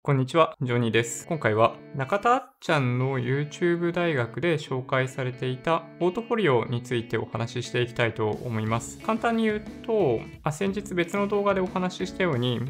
こんにちは、ジョニーです。今回は中田あっちゃんの YouTube 大学で紹介されていたポートフォリオについてお話ししていきたいと思います。簡単に言うと、先日別の動画でお話ししたように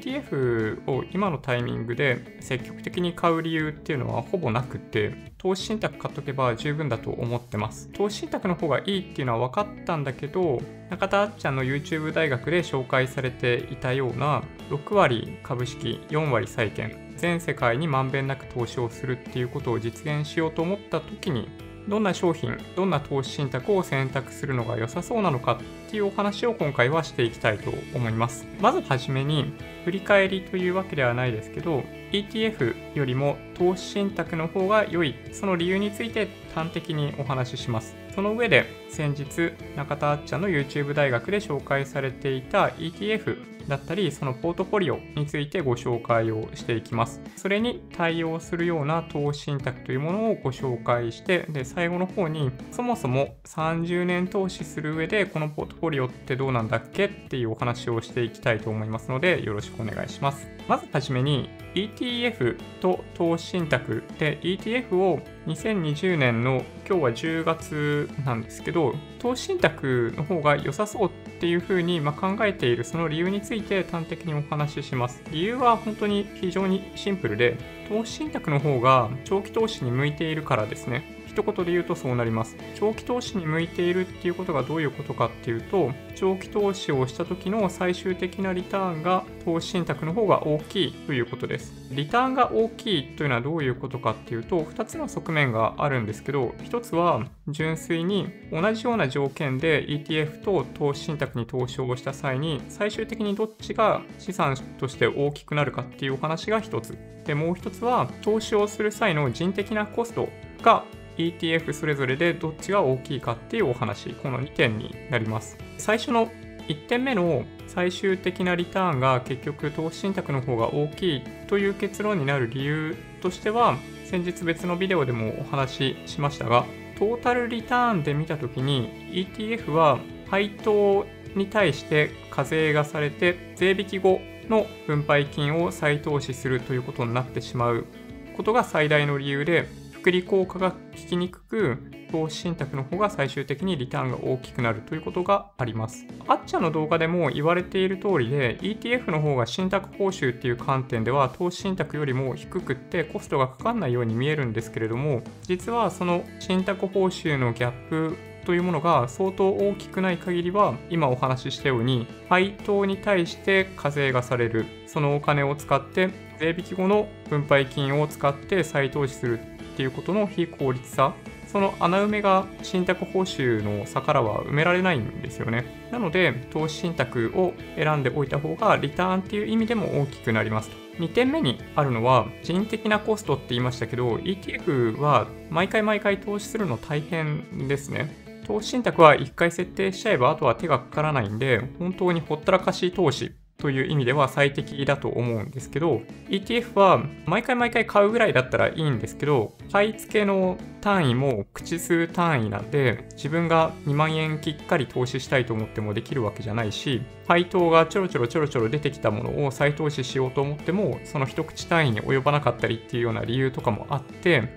ETF を今のタイミングで積極的に買う理由っていうのはほぼなくて、投資信託買っとけば十分だと思ってます。投資信託の方がいいっていうのは分かったんだけど、中田あっちゃんの YouTube 大学で紹介されていたような6割株式、4割債券、全世界にまんべんなく投資をするっていうことを実現しようと思った時に、どんな商品、どんな投資信託を選択するのが良さそうなのかっていうお話を今回はしていきたいと思います。まずはじめに、振り返りというわけではないですけど、ETF よりも投資信託の方が良い、その理由について端的にお話しします。その上で、先日、中田あっちゃんの YouTube 大学で紹介されていた ETF だったり、そのポートフォリオについてご紹介をしていきます。それに対応するような投資信託というものをご紹介して、で、最後の方に、そもそも30年投資する上で、このポートフォリオってどうなんだっけっていうお話をしていきたいと思いますので、よろしくお願いします。まずはじめに、ETF と投資信託で ETF を2020年の今日は10月なんですけど、投資信託の方が良さそうっていうふうに考えているその理由について端的にお話しします。理由は本当に非常にシンプルで、投資信託の方が長期投資に向いているからですね。一言で言うとそうなります。長期投資に向いているっていうことがどういうことかっていうと、長期投資をした時の最終的なリターンが投資信託の方が大きいということです。リターンが大きいというのはどういうことかっていうと、2つの側面があるんですけど、1つは純粋に同じような条件で ETF と投資信託に投資をした際に、最終的にどっちが資産として大きくなるかっていうお話が1つ。で、もう1つは投資をする際の人的なコストがETF それぞれでどっちが大きいかっていうお話、この2点になります。最初の1点目の最終的なリターンが結局投資信託の方が大きいという結論になる理由としては、先日別のビデオでもお話ししましたが、トータルリターンで見たときに ETF は配当に対して課税がされて、税引き後の分配金を再投資するということになってしまうことが最大の理由で、複利効果が効きにくく、投資信託の方が最終的にリターンが大きくなるということがあります。あっちゃんの動画でも言われている通りで、ETF の方が信託報酬っていう観点では投資信託よりも低くってコストがかかんないように見えるんですけれども、実はその信託報酬のギャップというものが相当大きくない限りは、今お話ししたように配当に対して課税がされる、そのお金を使って税引き後の分配金を使って再投資するっていうことの非効率さ、その穴埋めが信託報酬の差からは埋められないんですよね。なので投資信託を選んでおいた方がリターンっていう意味でも大きくなりますと。2点目にあるのは人的なコストって言いましたけど、 ETF は毎回投資するの大変ですね。投資信託は1回設定しちゃえばあとは手がかからないんで、本当にほったらかし投資という意味では最適だと思うんですけど、 ETF は毎回買うぐらいだったらいいんですけど、買い付けの単位も口数単位なんで、自分が2万円きっかり投資したいと思ってもできるわけじゃないし、配当がちょろちょろ出てきたものを再投資しようと思っても、その一口単位に及ばなかったりっていうような理由とかもあって、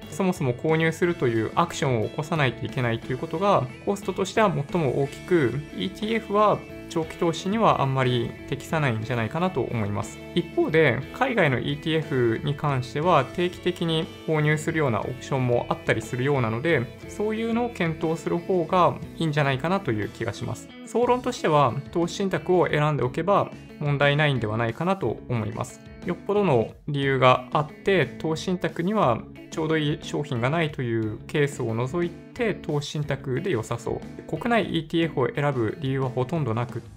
そもそも購入するというアクションを起こさないといけないということがコストとしては最も大きく、 ETF は長期投資にはあんまり適さないんじゃないかなと思います。一方で、海外の ETF に関しては定期的に購入するようなオプションもあったりするようなので、そういうのを検討する方がいいんじゃないかなという気がします。総論としては、投資信託を選んでおけば問題ないんではないかなと思います。よっぽどの理由があって、投資信託にはちょうどいい商品がないというケースを除いて投資信託で良さそう。国内 ETF を選ぶ理由はほとんどなくって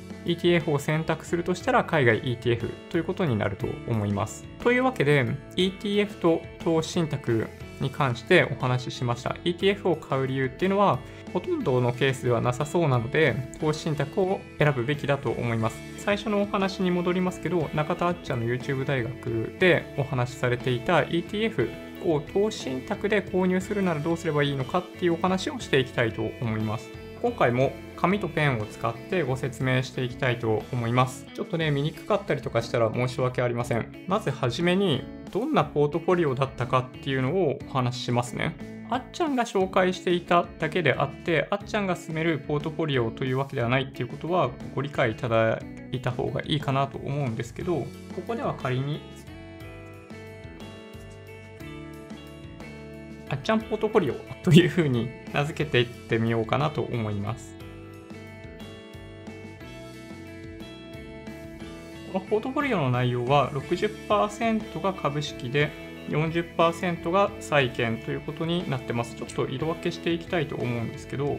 、ETF を選択するとしたら海外 ETF ということになると思います。というわけで ETF と投資信託に関してお話ししました。ETF を買う理由っていうのはほとんどのケースではなさそうなので、投資信託を選ぶべきだと思います。最初のお話に戻りますけど、中田あっちゃんの YouTube 大学でお話しされていた ETFを投資信託で購入するならどうすればいいのかっていうお話をしていきたいと思います。 今回も紙とペンを使ってご説明していきたいと思います。ちょっとね、見にくかったりとかしたら申し訳ありません。まずはじめに、どんなポートフォリオだったかっていうのをお話ししますね。あっちゃんが紹介していただけであって、あっちゃんが進めるポートフォリオというわけではないっていうことはご理解いただいた方がいいかなと思うんですけど、ここでは仮にあっちゃんポートフォリオというふうに名付けていってみようかなと思います。このポートフォリオの内容は 60% が株式で 40% が債券ということになってます。ちょっと色分けしていきたいと思うんですけど、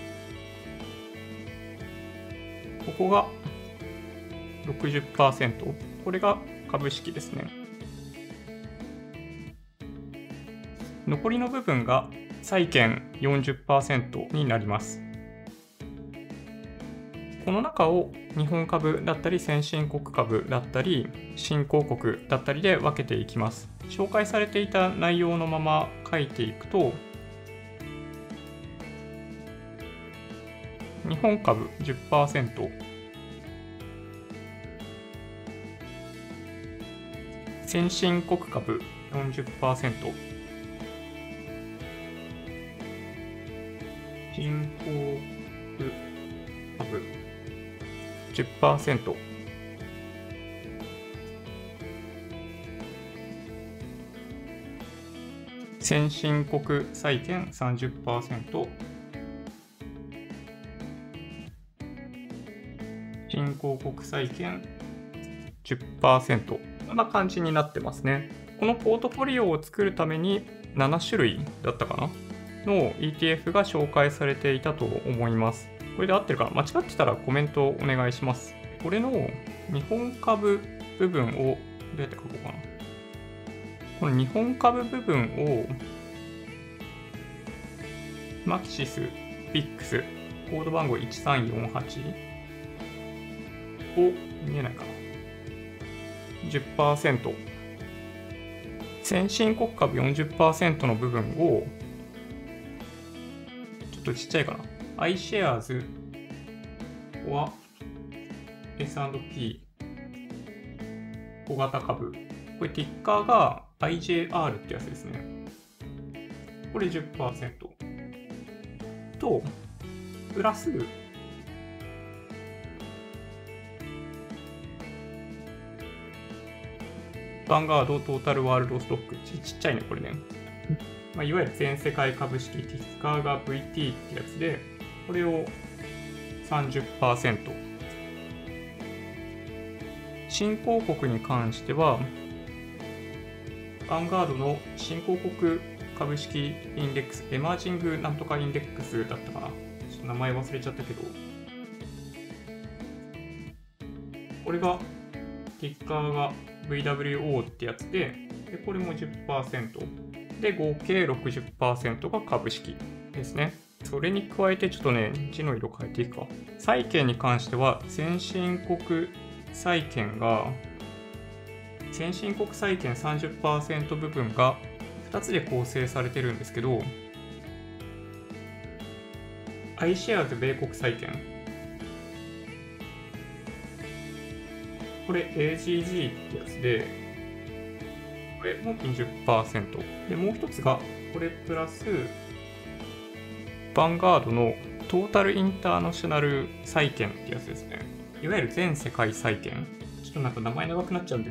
ここが 60%、これが株式ですね。残りの部分が債券 40% になります。この中を日本株だったり先進国株だったり新興国だったりで分けていきます。紹介されていた内容のまま書いていくと、日本株 10%、先進国株 40%、新興国株 10%、先進国債券 30%、新興国債券 10%。こんな感じになってますね。このポートフォリオを作るために7種類だったかなの ETF が紹介されていたと思います。これで合ってるかな？間違ってたらコメントお願いします。これの日本株部分をどうやって書こうかな。この日本株部分をマキシス、ビックス、コード番号1348を見えないかな。10%、先進国株 40% の部分をちょっとちっちゃいかな。iShares は S&P 小型株。これティッカーが IJR ってやつですね。これ 10% と、プラス、ヴァンガードトータルワールドストック。ちっちゃいね、これね。いわゆる全世界株式、ティッカーが VT ってやつで、これを 30%。新興国に関しては、ヴァンガードの新興国株式インデックス、エマージングなんとかインデックスだったかな。ちょっと名前忘れちゃったけど、これが、ティッカーが VWO ってやつで、これも 10%。で、合計 60% が株式ですね。それに加えてちょっとね、字の色変えていいか。債券に関しては、先進国債券 30% 部分が2つで構成されてるんですけど、iShares 米国債券。これ AGG ってやつで、これも 20%。で、もう一つが、これプラス、ヴァンガードのトータルインターナショナル債券ってやつですね。いわゆる全世界債券。ちょっとなんか名前長くなっちゃうんで。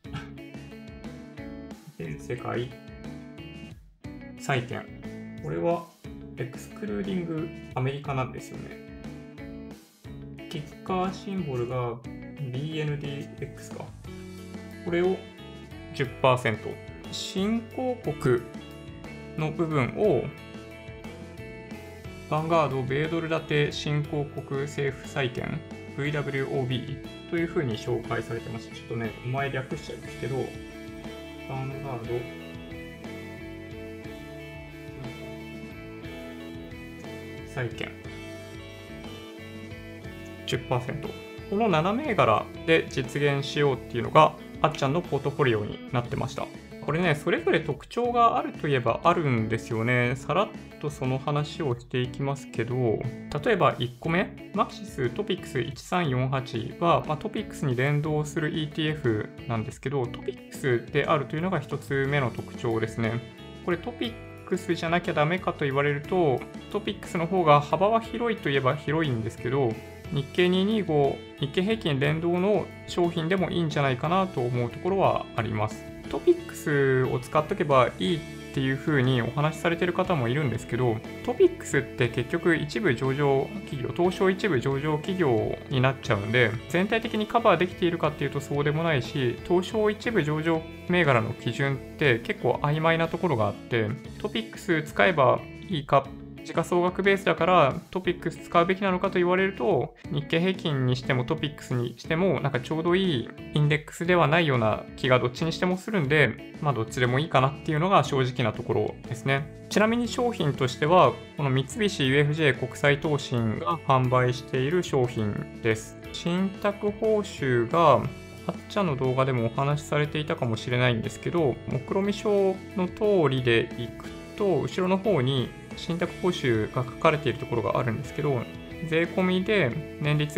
全世界債券。これは、エクスクルーディングアメリカなんですよね。キッカーシンボルが BNDX か。これを 10%。新興国の部分を、ヴァンガード米ドル建て新興国政府債券 VWOB というふうに紹介されてます。ちょっとね、名前略しちゃうんですけど、ヴァンガード債券 10%。この7銘柄で実現しようっていうのがあっちゃんのポートフォリオになってました。 これね、それぞれ特徴があるといえばあるんですよね。さらっとその話をしていきますけど、例えば1個目、マキシストピックス1348は、トピックスに連動する ETF なんですけど、トピックスであるというのが1つ目の特徴ですね。これトピックスじゃなきゃダメかと言われると、トピックスの方が幅は広いといえば広いんですけど、日経225、日経平均連動の商品でもいいんじゃないかなと思うところはあります。トピックスを使っとけばいいっていう風にお話しされてる方もいるんですけど、トピックスって結局一部上場企業、東証一部上場企業になっちゃうんで、全体的にカバーできているかっていうとそうでもないし、東証一部上場銘柄の基準って結構曖昧なところがあって、トピックス使えばいいか、時価総額ベースだからトピックス使うべきなのかと言われると、日経平均にしてもトピックスにしてもなんかちょうどいいインデックスではないような気がどっちにしてもするんで、どっちでもいいかなっていうのが正直なところですね。ちなみに商品としては、この三菱 UFJ 国際投信が販売している商品です。信託報酬があっちゃんの動画でもお話しされていたかもしれないんですけど、目論見書の通りでいくと、後ろの方に信託報酬が書かれているところがあるんですけど、税込みで年率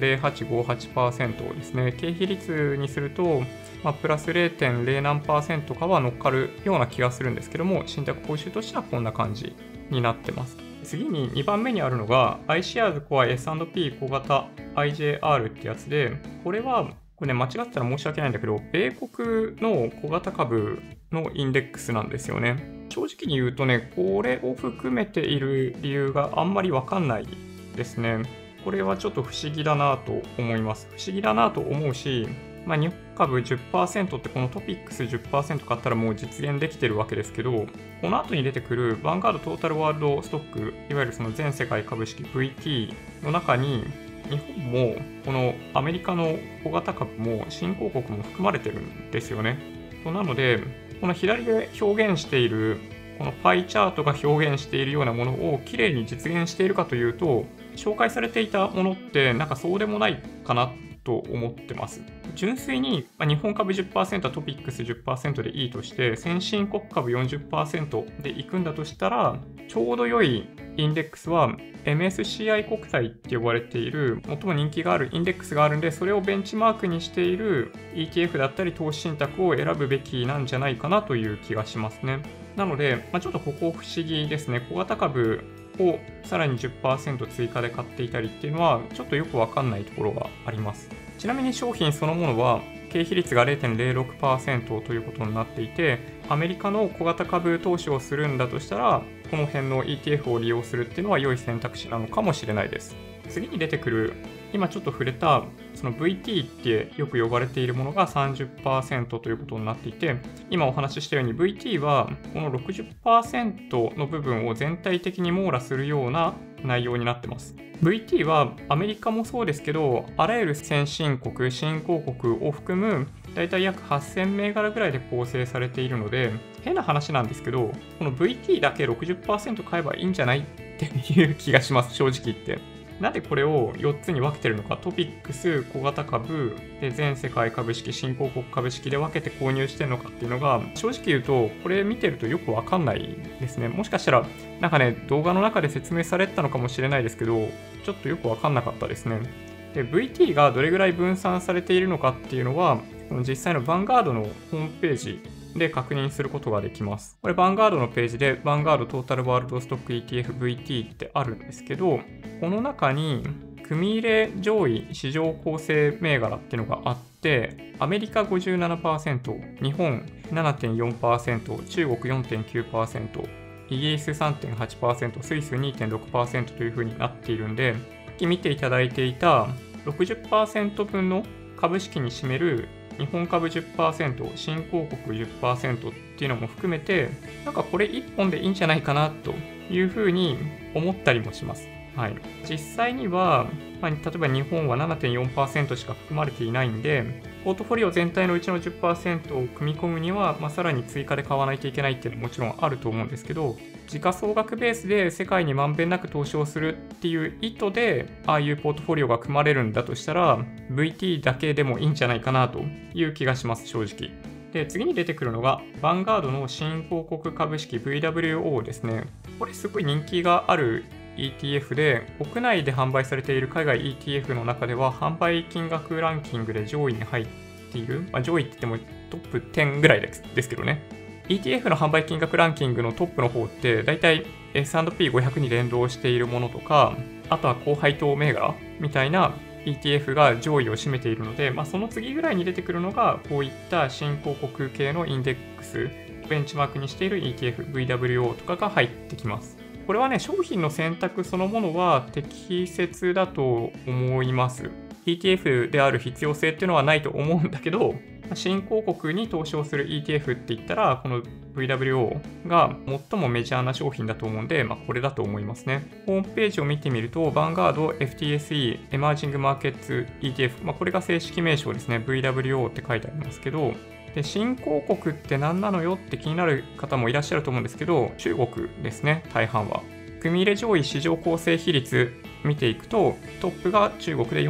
0.0858% ですね。経費率にすると、プラス 0.0 何%かは乗っかるような気がするんですけども、信託報酬としてはこんな感じになってます。次に2番目にあるのが iShares Core S&P 小型 IJR ってやつで、これね、間違ってたら申し訳ないんだけど、米国の小型株のインデックスなんですよね。正直に言うとね、これを含めている理由があんまりわかんないですね。これはちょっと不思議だなと思います。不思議だなと思うし、日本株 10% ってこのトピックス 10% 買ったらもう実現できてるわけですけど、この後に出てくるヴァンガードトータルワールドストック、いわゆるその全世界株式 VT の中に、日本もこのアメリカの小型株も新興国も含まれてるんですよね。なので、この左で表現しているこのパイチャートが表現しているようなものをきれいに実現しているかというと、紹介されていたものってなんかそうでもないかなと思ってます。純粋に日本株 10% トピックス 10% でいいとして、先進国株 40% でいくんだとしたら、ちょうど良いインデックスは MSCI 国債って呼ばれている最も人気があるインデックスがあるんで、それをベンチマークにしている ETF だったり投資信託を選ぶべきなんじゃないかなという気がしますね。なので、ちょっとここ不思議ですね。小型株をさらに 10% 追加で買っていたりっていうのはちょっとよくわかんないところがあります。ちなみに商品そのものは経費率が 0.06% ということになっていて、アメリカの小型株投資をするんだとしたら、この辺の ETF を利用するっていうのは良い選択肢なのかもしれないです。次に出てくる、今ちょっと触れた、その VT ってよく呼ばれているものが 30% ということになっていて、今お話ししたように VT はこの 60% の部分を全体的に網羅するような内容になってます。VT はアメリカもそうですけど、あらゆる先進国、新興国を含むだいたい約8000銘柄ぐらいで構成されているので、変な話なんですけど、この VT だけ 60% 買えばいいんじゃないっていう気がします、正直言って。なんでこれを4つに分けてるのか、トピックス、小型株、で全世界株式、新興国株式で分けて購入してるのかっていうのが、正直言うと、これ見てるとよくわかんないですね。もしかしたら、なんかね、動画の中で説明されてたのかもしれないですけど、ちょっとよくわかんなかったですね。で、VT がどれぐらい分散されているのかっていうのは、この実際のヴァンガードのホームページで確認することができます。これ、ヴァンガードのページで、ヴァンガードトータルワールドストック ETF VT ってあるんですけど、この中に、組入れ上位市場構成銘柄っていうのがあって、アメリカ 57%、日本 7.4%、中国 4.9%、イギリス 3.8%、スイス 2.6% というふうになっているんで、さっき見ていただいていた 60% 分の株式に占める日本株 10%、新興国 10% っていうのも含めて、なんかこれ1本でいいんじゃないかなというふうに思ったりもします。はい、実際には、例えば日本は 7.4% しか含まれていないんで、ポートフォリオ全体のうちの 10% を組み込むには、さらに追加で買わないといけないっていうのはもちろんあると思うんですけど、時価総額ベースで世界にまんべんなく投資をするっていう意図で、ああいうポートフォリオが組まれるんだとしたら、VT だけでもいいんじゃないかなという気がします、正直。 で、次に出てくるのが、ヴァンガードの新興国株式 VWO ですね。これすごい人気がある ETF で、国内で販売されている海外 ETF の中では、販売金額ランキングで上位に入っている、上位って言ってもトップ10ぐらいですけどね。ETF の販売金額ランキングのトップの方って、だいたい S&P500 に連動しているものとか、あとは高配当銘柄みたいな ETF が上位を占めているので、その次ぐらいに出てくるのが、こういった新興国系のインデックス、ベンチマークにしている ETF、VWO とかが入ってきます。これはね、商品の選択そのものは適切だと思います。ETF である必要性っていうのはないと思うんだけど、新興国に投資をする ETF って言ったら、この VWO が最もメジャーな商品だと思うんで、これだと思いますね。ホームページを見てみると、ヴァンガード FTSE エマージングマーケッツ ETF、これが正式名称ですね。VWO って書いてありますけど、で、新興国って何なのよって気になる方もいらっしゃると思うんですけど、中国ですね、大半は。組入れ上位市場構成比率見ていくと、トップが中国で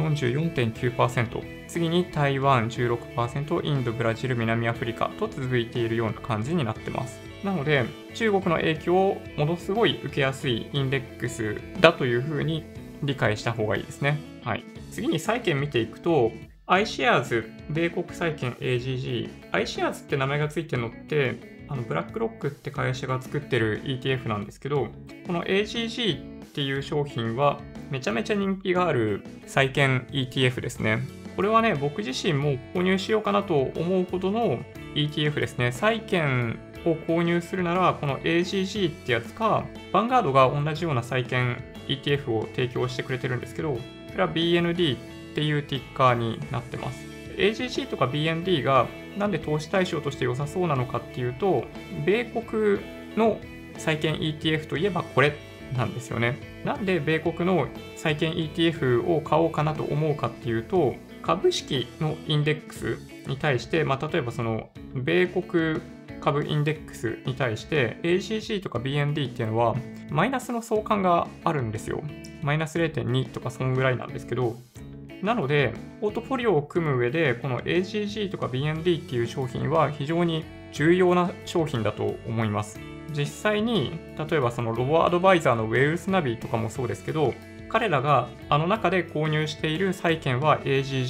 44.9%、次に台湾 16%、インド、ブラジル、南アフリカと続いているような感じになってます。なので、中国の影響をものすごい受けやすいインデックスだというふうに理解した方がいいですね。はい。次に債券見ていくと、iShares、米国債券 AGG。iShares って名前がついてるのって、ブラックロックって会社が作ってる ETF なんですけど、この AGG っていう商品はめちゃめちゃ人気がある債券 ETF ですね。これはね、僕自身も購入しようかなと思うほどの ETF ですね。債券を購入するなら、この AGG ってやつか、ヴァンガードが同じような債券 ETF を提供してくれてるんですけど、これは BND っていうティッカーになってます。AGG とか BND がなんで投資対象として良さそうなのかっていうと、米国の債券 ETF といえばこれなんですよね。なんで米国の債券 ETF を買おうかなと思うかっていうと、株式のインデックスに対して、例えばその米国株インデックスに対して AGG とか BND っていうのはマイナスの相関があるんですよ。マイナス 0.2 とかそんぐらいなんですけど、なので、ポートフォリオを組む上で、この AGG とか BND っていう商品は非常に重要な商品だと思います。実際に、例えばそのロボアドバイザーのウェルスナビとかもそうですけど、彼らが中で購入している債券は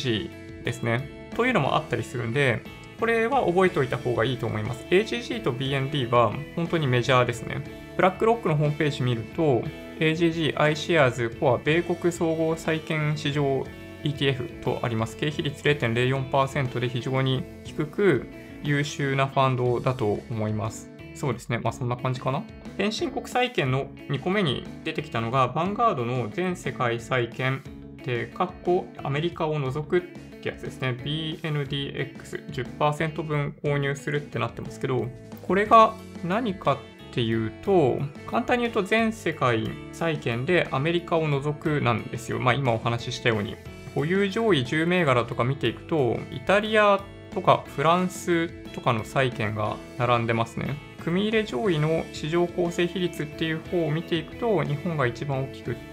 AGG ですね。というのもあったりするんで、これは覚えておいた方がいいと思います。AGG と BND は本当にメジャーですね。ブラックロックのホームページ見ると、AGG、iShares、コア、米国総合債券市場ETF とあります。経費率 0.04% で非常に低く優秀なファンドだと思います。そうですね。そんな感じかな。先進国債券の2個目に出てきたのが、ヴァンガードの全世界債券で、アメリカを除くってやつですね。BNDX10% 分購入するってなってますけど、これが何かっていうと、簡単に言うと全世界債券でアメリカを除くなんですよ。今お話ししたように。保有上位10銘柄とか見ていくと、イタリアとかフランスとかの債券が並んでますね。組入れ上位の市場構成比率っていう方を見ていくと、日本が一番大きくって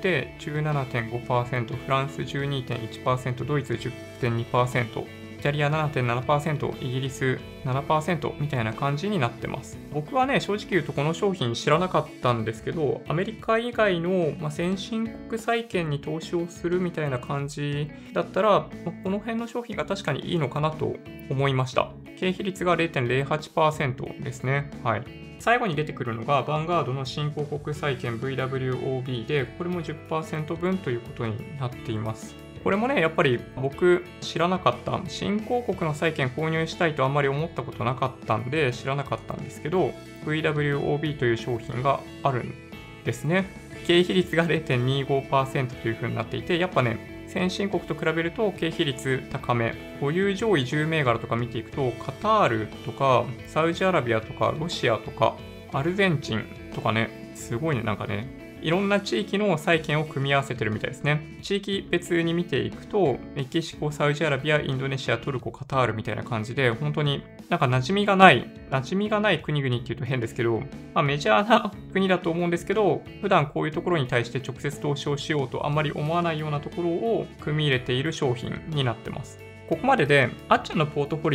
17.5%、フランス 12.1%、ドイツ 10.2%、イタリア 7.7%、イギリス 7% みたいな感じになってます。僕はね、正直言うとこの商品知らなかったんですけど、アメリカ以外の、先進国債券に投資をするみたいな感じだったら、この辺の商品が確かにいいのかなと思いました。経費率が 0.08% ですね。はい。最後に出てくるのが、ヴァンガードの新興国債券 VWOB で、これも 10% 分ということになっています。これもね、やっぱり僕知らなかった。新興国の債券購入したいとあんまり思ったことなかったんで知らなかったんですけど、VWOB という商品があるんですね。経費率が 0.25% という風になっていて、やっぱね、先進国と比べると経費率高め。保有上位10銘柄とか見ていくと、カタールとか、サウジアラビアとか、ロシアとか、アルゼンチンとかね、すごいね、いろんな地域の債券を組み合わせてるみたいですね。地域別に見ていくと、メキシコ、サウジアラビア、インドネシア、トルコ、カタールみたいな感じで、本当に馴染みがない国々っていうと変ですけど、メジャーな国だと思うんですけど、普段こういうところに対して直接投資をしようとあんまり思わないようなところを組み入れている商品になってます。ここまでで、あっちゃんのポートフォリオ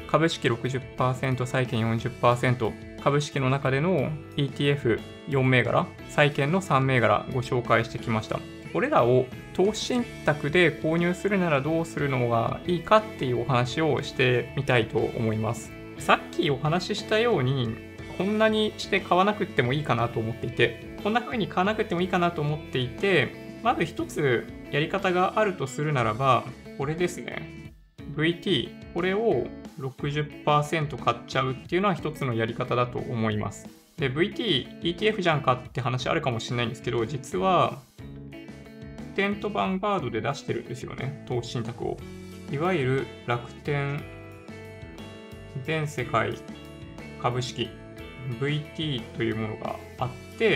株式 60%、債券 40%、株式の中での ETF4 銘柄、債券の3銘柄ご紹介してきました。これらを投資信託で購入するならどうするのがいいかっていうお話をしてみたいと思います。さっきお話ししたように、こんなにして買わなくてもいいかなと思っていて、こんな風に買わなくてもいいかなと思っていて、まず一つやり方があるとするならば、これですね。VT、これを 60% 買っちゃうっていうのは一つのやり方だと思います。で、VT、ETF じゃんかって話あるかもしれないんですけど、実は、楽天とヴァンガードで出してるんですよね、投資信託を。いわゆる楽天全世界株式 VT というものがあって、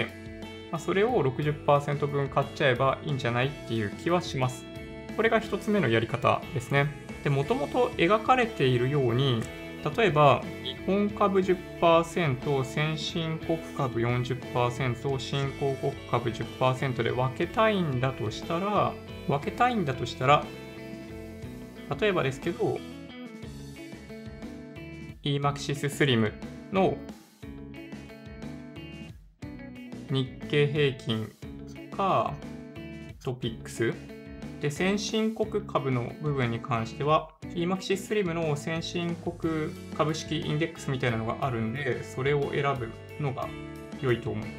それを 60% 分買っちゃえばいいんじゃないっていう気はします。これが一つ目のやり方ですね。で、もともと描かれているように、例えば、日本株 10%、先進国株 40%、新興国株 10% で分けたいんだとしたら、例えばですけど、EMAXIS SLIM の日経平均かトピックスで、先進国株の部分に関しては EMAXIS SLIM の先進国株式インデックスみたいなのがあるんで、それを選ぶのが良いと思う。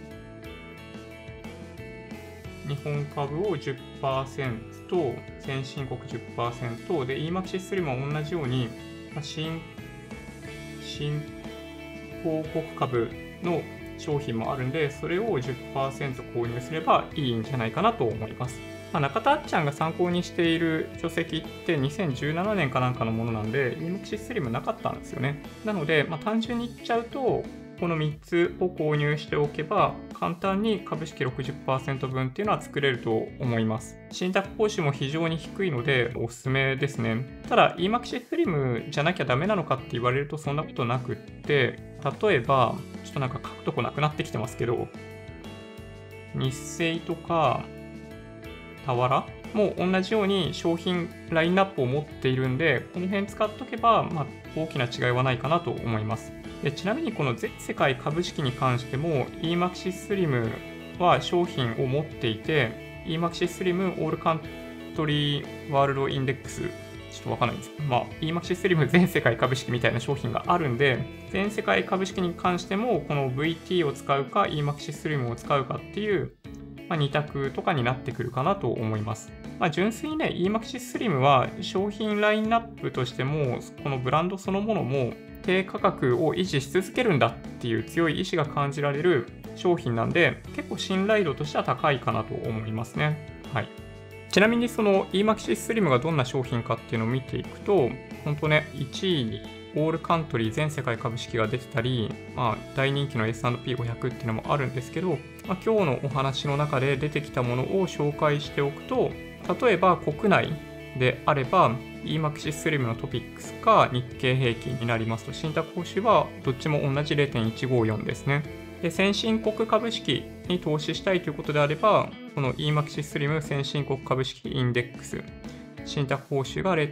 日本株を 10%、先進国 10% で EMAXIS SLIM は同じように新興国株の商品もあるんで、それを 10% 購入すればいいんじゃないかなと思います。中田あっちゃんが参考にしている書籍って2017年かなんかのものなんで、EMAXIS SLIM なかったんですよね。なので、単純に言っちゃうと、この3つを購入しておけば、簡単に株式 60% 分っていうのは作れると思います。信託報酬も非常に低いので、おすすめですね。ただ、EMAXIS SLIM じゃなきゃダメなのかって言われるとそんなことなくって、例えば、ちょっとなんか書くとこなくなってきてますけど、日清とか、タワラも同じように商品ラインナップを持っているんで、この辺使っとけば、大きな違いはないかなと思います。で、ちなみにこの全世界株式に関しても EMAXIS SLIM は商品を持っていて、EMAXIS SLIM オールカントリーワールドインデックス、ちょっとわかんないんですけど、EMAXIS SLIM 全世界株式みたいな商品があるんで、全世界株式に関してもこの VT を使うか EMAXIS SLIM を使うかっていう2択とかになってくるかなと思います。純粋にね、EMAXIS SLIM は商品ラインナップとしても、このブランドそのものも低価格を維持し続けるんだっていう強い意志が感じられる商品なんで、結構信頼度としては高いかなと思いますね。はい。ちなみにその EMAXIS SLIM がどんな商品かっていうのを見ていくと、本当ね、1位にオールカントリー全世界株式が出てたり、大人気の S&P500 っていうのもあるんですけど、今日のお話の中で出てきたものを紹介しておくと、例えば国内であれば EMAXIS SLIM のトピックスか日経平均になりますと、信託報酬はどっちも同じ 0.154 ですね。で、先進国株式に投資したいということであれば、この EMAXIS SLIM 先進国株式インデックス、信託報酬が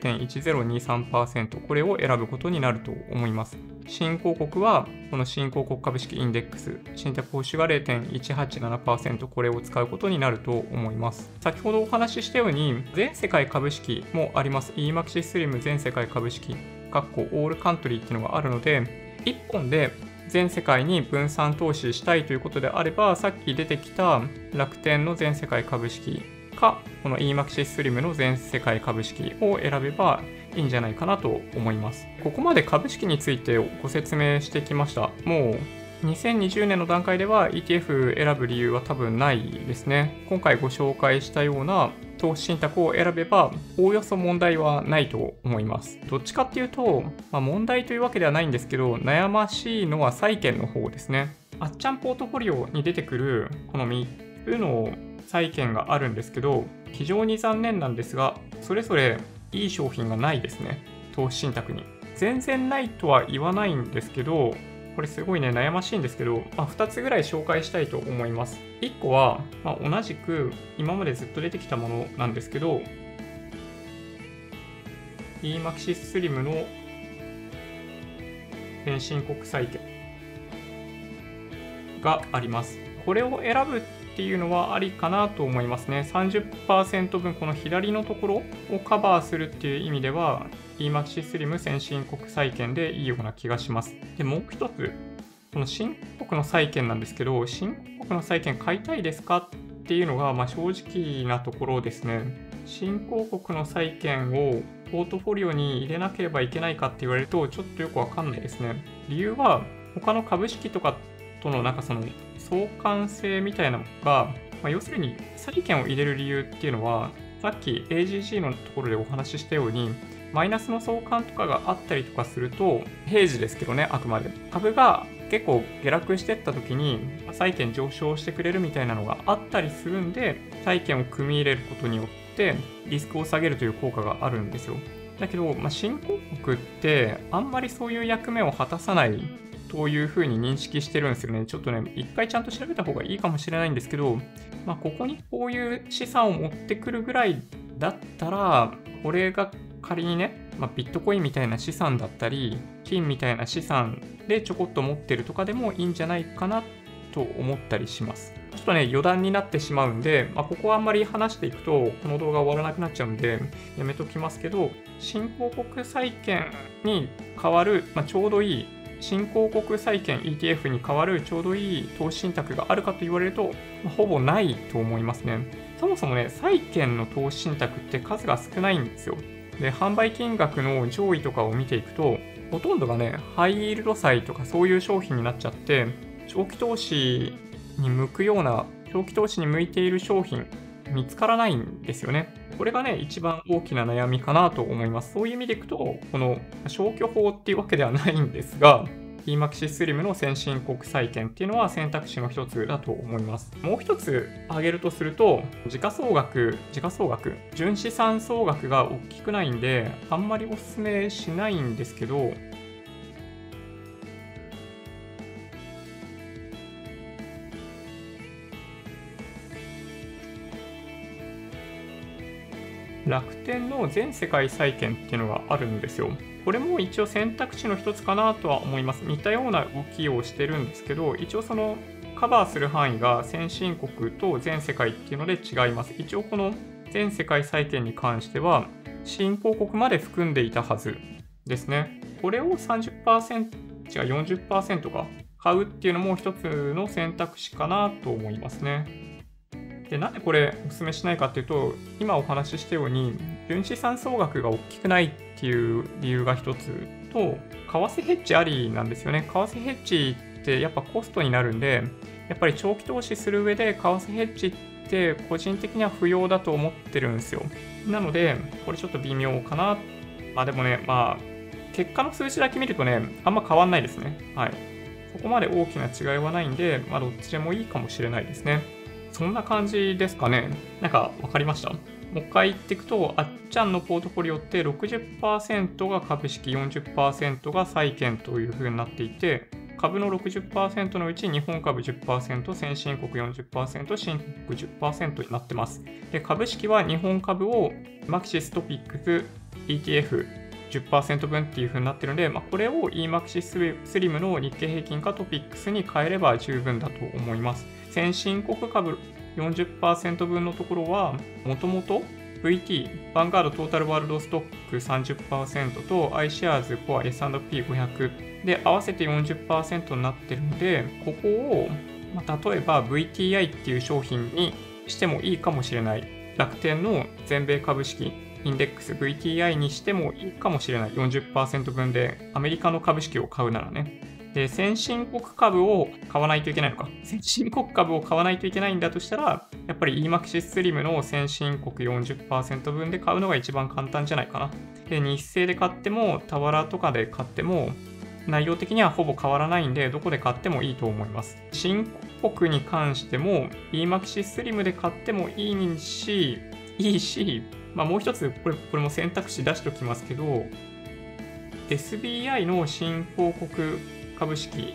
0.1023%、これを選ぶことになると思います。新興国は、この新興国株式インデックス、信託報酬が 0.187%、これを使うことになると思います。先ほどお話ししたように、全世界株式もあります。EMAXIS SLIM 全世界株式、オールカントリーっていうのがあるので、1本で全世界に分散投資したいということであれば、さっき出てきた楽天の全世界株式か、この EMAXIS SLIM の全世界株式を選べばいいんじゃないかなと思います。ここまで株式についてご説明してきました。もう2020年の段階では ETF 選ぶ理由は多分ないですね。今回ご紹介したような投資信託を選べば、おおよそ問題はないと思います。どっちかっていうと、問題というわけではないんですけど、悩ましいのは債券の方ですね。あっちゃんポートフォリオに出てくるこの3つの債券があるんですけど、非常に残念なんですが、それぞれいい商品がないですね。投資信託に。全然ないとは言わないんですけど、これすごいね、悩ましいんですけど、2つぐらい紹介したいと思います。1個は、同じく今までずっと出てきたものなんですけど、EMAXIS SLIM の先進国債券があります。これを選ぶっていうのはありかなと思いますね。30% 分、この左のところをカバーするっていう意味では、EMAXI SLIM 先進国債券でいいような気がします。で、もう一つ、この新興国の債券なんですけど、新興国の債券買いたいですかっていうのが、正直なところですね。新興国の債券をポートフォリオに入れなければいけないかって言われると、ちょっとよくわかんないですね。理由は、他の株式とかとのその相関性みたいなのが、要するに債券を入れる理由っていうのは、さっき AGG のところでお話ししたように、マイナスの相関とかがあったりとかすると、平時ですけどね、あくまで。株が結構下落していった時に、債券上昇してくれるみたいなのがあったりするんで、債券を組み入れることによって、リスクを下げるという効果があるんですよ。だけど、新興国ってあんまりそういう役目を果たさないというふうに認識してるんですよね。ちょっとね、一回ちゃんと調べた方がいいかもしれないんですけど、ここにこういう資産を持ってくるぐらいだったら、これが仮にね、ビットコインみたいな資産だったり、金みたいな資産でちょこっと持ってるとかでもいいんじゃないかなと思ったりします。ちょっとね、余談になってしまうんで、ここはあんまり話していくと、この動画終わらなくなっちゃうんで、やめときますけど、新興国債券に代わる、ちょうどいい、新興国債券 ETF に代わるちょうどいい投資信託があるかと言われると、ほぼないと思いますね。そもそもね、債券の投資信託って数が少ないんですよ。で、販売金額の上位とかを見ていくと、ほとんどがね、ハイイールド債とかそういう商品になっちゃって、長期投資に向くような、長期投資に向いている商品、見つからないんですよね。これがね、一番大きな悩みかなと思います。そういう意味でいくと、この消去法っていうわけではないんですが、EMAXI SLIM の先進国債券っていうのは選択肢の一つだと思います。もう一つ挙げるとすると、時価総額、純資産総額が大きくないんで、あんまりお勧めしないんですけど、楽天の全世界債券っていうのがあるんですよ。これも一応選択肢の一つかなとは思います。似たような動きをしてるんですけど、一応そのカバーする範囲が先進国と全世界っていうので違います。一応この全世界債券に関しては、新興国まで含んでいたはずですね。これを30%、40% か買うっていうのも一つの選択肢かなと思いますね。で、なんでこれお勧めしないかっていうと、今お話ししたように、純資産総額が大きくないっていう理由が一つと、為替ヘッジありなんですよね。為替ヘッジってやっぱコストになるんで、やっぱり長期投資する上で為替ヘッジって個人的には不要だと思ってるんですよ。なので、これちょっと微妙かな。でもね、結果の数字だけ見るとね、あんま変わんないですね。はい。そこまで大きな違いはないんで、どっちでもいいかもしれないですね。そんな感じですかね。わかりました？もう一回言っていくと、あっちゃんのポートフォリオって 60% が株式、40% が債券という風になっていて、株の 60% のうち日本株 10%、先進国 40%、新国 10% になってます。で、株式は日本株をマキシストピックス ETF10% 分っていう風になってるので、これを EMAXI SLIM の日経平均かトピックスに変えれば十分だと思います。先進国株 40% 分のところは、もともと VT、ヴァンガードトータルワールドストック 30% と iShares コア S&P500 で合わせて 40% になってるので、ここを、例えば VTI っていう商品にしてもいいかもしれない。楽天の全米株式インデックス VTI にしてもいいかもしれない。40% 分でアメリカの株式を買うならね。で、先進国株を買わないといけないのか。先進国株を買わないといけないんだとしたら、やっぱり EMAXI SLIM の先進国 40% 分で買うのが一番簡単じゃないかな。で、日清で買っても、タワラとかで買っても、内容的にはほぼ変わらないんで、どこで買ってもいいと思います。新国に関しても、EMAXI SLIM で買ってもいいし、もう一つ、これも選択肢出しておきますけど、SBI の新興国株式、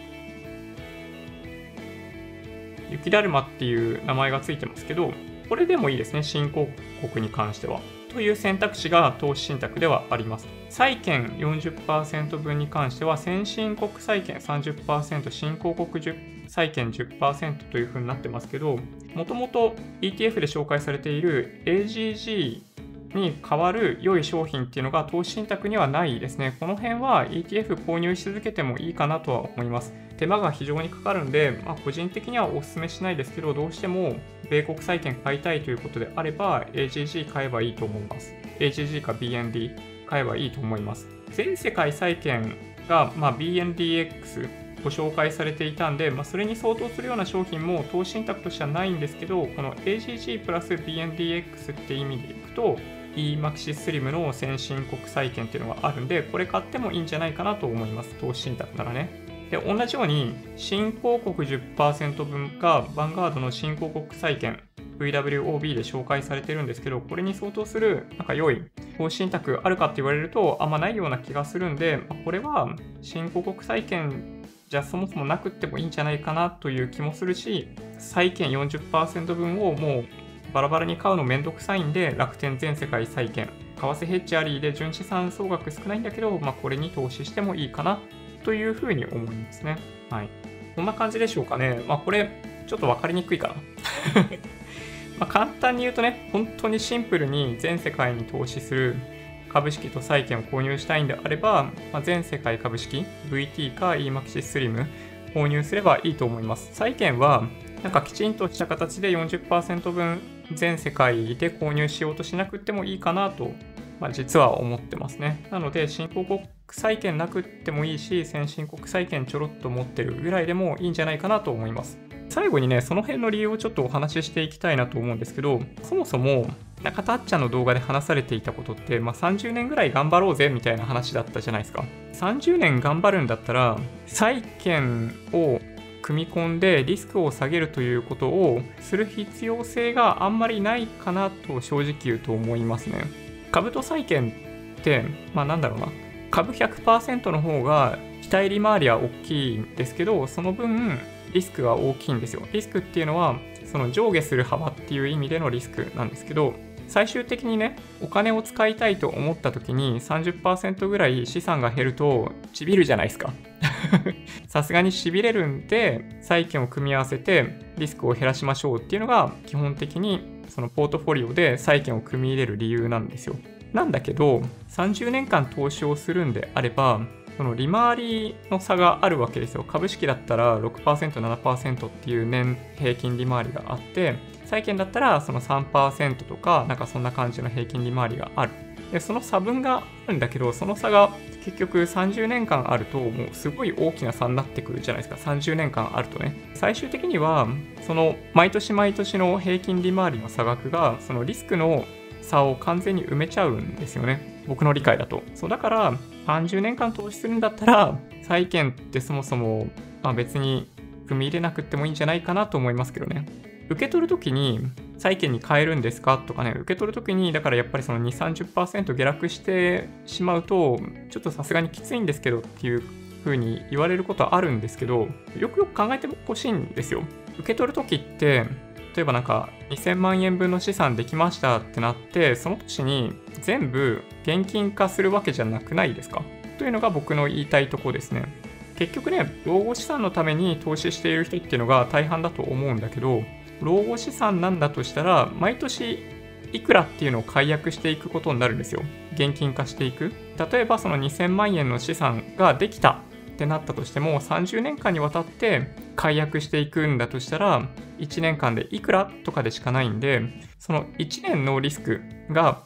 雪だるまっていう名前がついてますけど、これでもいいですね、新興国に関しては。 という選択肢が投資信託ではあります。債券 40% 分に関しては先進国債券 30%、新興国債券 10% というふうになってますけど、もともと ETF で紹介されている AGG に代わる良い商品っていうのが投資信託にはないですね。この辺は ETF 購入し続けてもいいかなとは思います。手間が非常にかかるんで、個人的にはお勧めしないですけど、どうしても米国債券買いたいということであれば AGG 買えばいいと思います。AGG か BND 買えばいいと思います。全世界債券が、BNDX ご紹介されていたんで、それに相当するような商品も投資信託としてはないんですけど、この AGG プラス BNDX って意味でいくと、eMaxis Slim の先進国債券っていうのがあるんで、これ買ってもいいんじゃないかなと思います。投資信託ならね。で、同じように、新興国 10% 分がヴァンガードの新興国債券、VWOB で紹介されてるんですけど、これに相当する、良い投資信託あるかって言われると、あんまないような気がするんで、これは新興国債券じゃそもそもなくってもいいんじゃないかなという気もするし、債券 40% 分をもうバラバラに買うのめんどくさいんで、楽天全世界債券、為替ヘッジありで純資産総額少ないんだけど、これに投資してもいいかなというふうに思いますね。はい。こんな感じでしょうかね。これ、ちょっと分かりにくいかな。簡単に言うとね、本当にシンプルに全世界に投資する株式と債券を購入したいんであれば、全世界株式、VT か eMaxis Slim 購入すればいいと思います。債券は、きちんとした形で 40% 分全世界で購入しようとしなくてもいいかなと、実は思ってますね。なので、新興国債券なくってもいいし、先進国債券ちょろっと持ってるぐらいでもいいんじゃないかなと思います。最後にね、その辺の理由をちょっとお話ししていきたいなと思うんですけど、そもそも中田あっちゃんの動画で話されていたことって、30年ぐらい頑張ろうぜみたいな話だったじゃないですか。30年頑張るんだったら、債券を組み込んでリスクを下げるということをする必要性があんまりないかなと正直言うと思いますね。株と債券って、株 100% の方が期待利回りは大きいんですけど、その分リスクが大きいんですよ。リスクっていうのは、その上下する幅っていう意味でのリスクなんですけど、最終的にね、お金を使いたいと思った時に 30% ぐらい資産が減るとちびるじゃないですか。さすがにしびれるんで、債券を組み合わせてリスクを減らしましょうっていうのが基本的にそのポートフォリオで債券を組み入れる理由なんですよ。なんだけど、30年間投資をするんであれば、その利回りの差があるわけですよ。株式だったら 6%、7% っていう年平均利回りがあって、債券だったらその 3% とか、そんな感じの平均利回りがある。で、その差分があるんだけど、その差が結局30年間あると、もうすごい大きな差になってくるじゃないですか。30年間あるとね。最終的には、その毎年毎年の平均利回りの差額が、そのリスクの差を完全に埋めちゃうんですよね。僕の理解だと。そうだから30年間投資するんだったら債券ってそもそも別に組み入れなくてもいいんじゃないかなと思いますけどね。受け取るときに債券に変えるんですかとかね、受け取るときにだからやっぱりその 2、30% 下落してしまうとちょっとさすがにきついんですけどっていう風に言われることはあるんですけど、よくよく考えてほしいんですよ。受け取るときって例えば2000万円分の資産できましたってなって、その年に全部現金化するわけじゃなくないですかというのが僕の言いたいところですね。結局ね、老後資産のために投資している人っていうのが大半だと思うんだけど、老後資産なんだとしたら、毎年いくらっていうのを解約していくことになるんですよ。現金化していく。例えばその2000万円の資産ができたってなったとしても、30年間にわたって解約していくんだとしたら、1年間でいくらとかでしかないんで、その1年のリスクが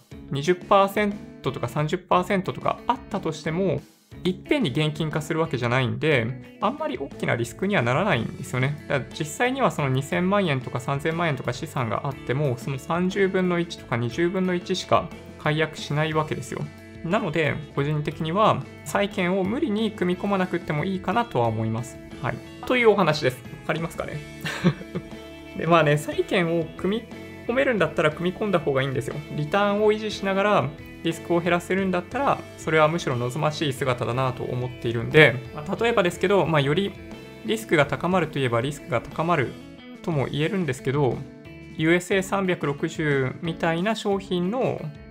20% とか 30% とかあったとしても、いっぺんに現金化するわけじゃないんで、あんまり大きなリスクにはならないんですよね。だから実際にはその2000万円とか3000万円とか資産があっても、その30分の1とか20分の1しか解約しないわけですよ。なので、個人的には債券を無理に組み込まなくてもいいかなとは思います。はい。というお話です。わかりますかねで、債券を組み込めるんだったら組み込んだ方がいいんですよ。リターンを維持しながらリスクを減らせるんだったら、それはむしろ望ましい姿だなと思っているんで、例えばですけど、よりリスクが高まるといえばリスクが高まるとも言えるんですけど、USA360 みたいな商品の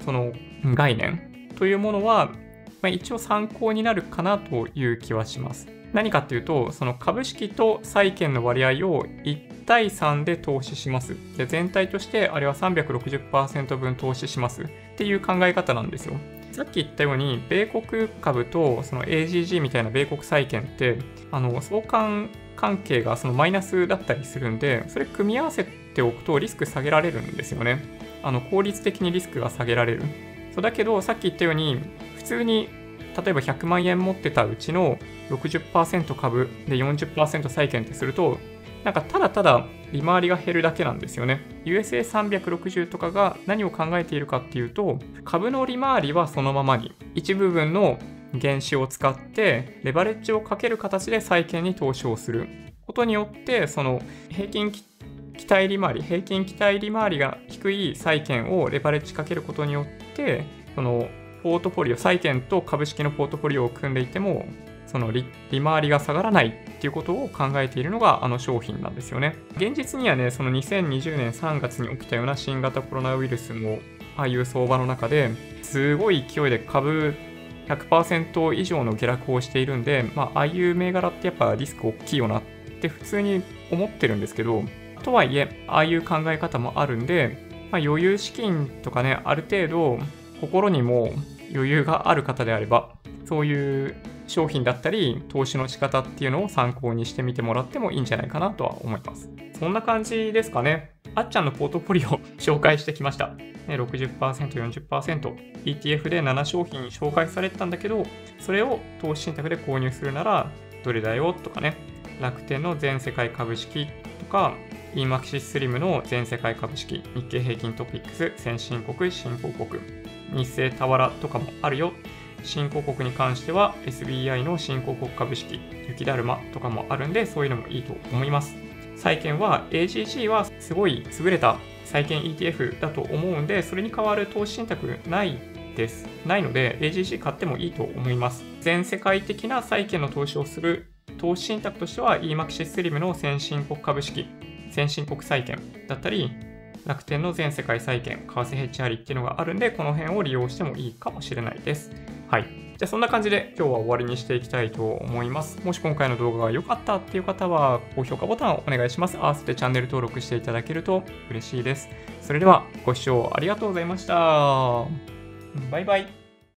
その概念というものは、一応参考になるかなという気はします。何かっていうと、その株式と債券の割合を1対3で投資します。で、全体としてあれは 360% 分投資しますっていう考え方なんですよ。さっき言ったように、米国株とその AGG みたいな米国債券って、相関関係がそのマイナスだったりするんで、それ組み合わせておくとリスク下げられるんですよね。効率的にリスクが下げられる。そうだけど、さっき言ったように、普通に例えば100万円持ってたうちの 60% 株で 40% 債券ってすると、なんかただただ利回りが減るだけなんですよね。USA360 とかが何を考えているかっていうと、株の利回りはそのままに、一部分の原資を使ってレバレッジをかける形で債券に投資をすることによって、その平均期待利回りが低い債券をレバレッジかけることによって、そのポートフォリオ、債券と株式のポートフォリオを組んでいても、その利回りが下がらないっていうことを考えているのが商品なんですよね。現実にはね、その2020年3月に起きたような新型コロナウイルスも、ああいう相場の中ですごい勢いで株 100% 以上の下落をしているんで、ああいう銘柄ってやっぱリスク大きいよなって普通に思ってるんですけど、とはいえ、ああいう考え方もあるんで、余裕資金とかね、ある程度心にも余裕がある方であれば、そういう商品だったり投資の仕方っていうのを参考にしてみてもらってもいいんじゃないかなとは思います。そんな感じですかね。あっちゃんのポートフォリオを紹介してきました。60%、40%、ETF で7商品紹介されてたんだけど、それを投資信託で購入するならどれだよとかね、楽天の全世界株式とか、EMAXIS SLIM の全世界株式、日経平均トピックス、先進国、新興国、日清俵とかもあるよ。新興国に関しては SBI の新興国株式、雪だるまとかもあるんで、そういうのもいいと思います。債券は AGG はすごい優れた債券 ETF だと思うんで、それに代わる投資信託ないので AGG 買ってもいいと思います。全世界的な債券の投資をする投資信託としては EMAXIS SLIM の先進国株式、先進国債券だったり、楽天の全世界債券、為替ヘッジありっていうのがあるんで、この辺を利用してもいいかもしれないです。はい。じゃあそんな感じで今日は終わりにしていきたいと思います。もし今回の動画が良かったっていう方は高評価ボタンをお願いします。合わせてチャンネル登録していただけると嬉しいです。それではご視聴ありがとうございました。バイバイ。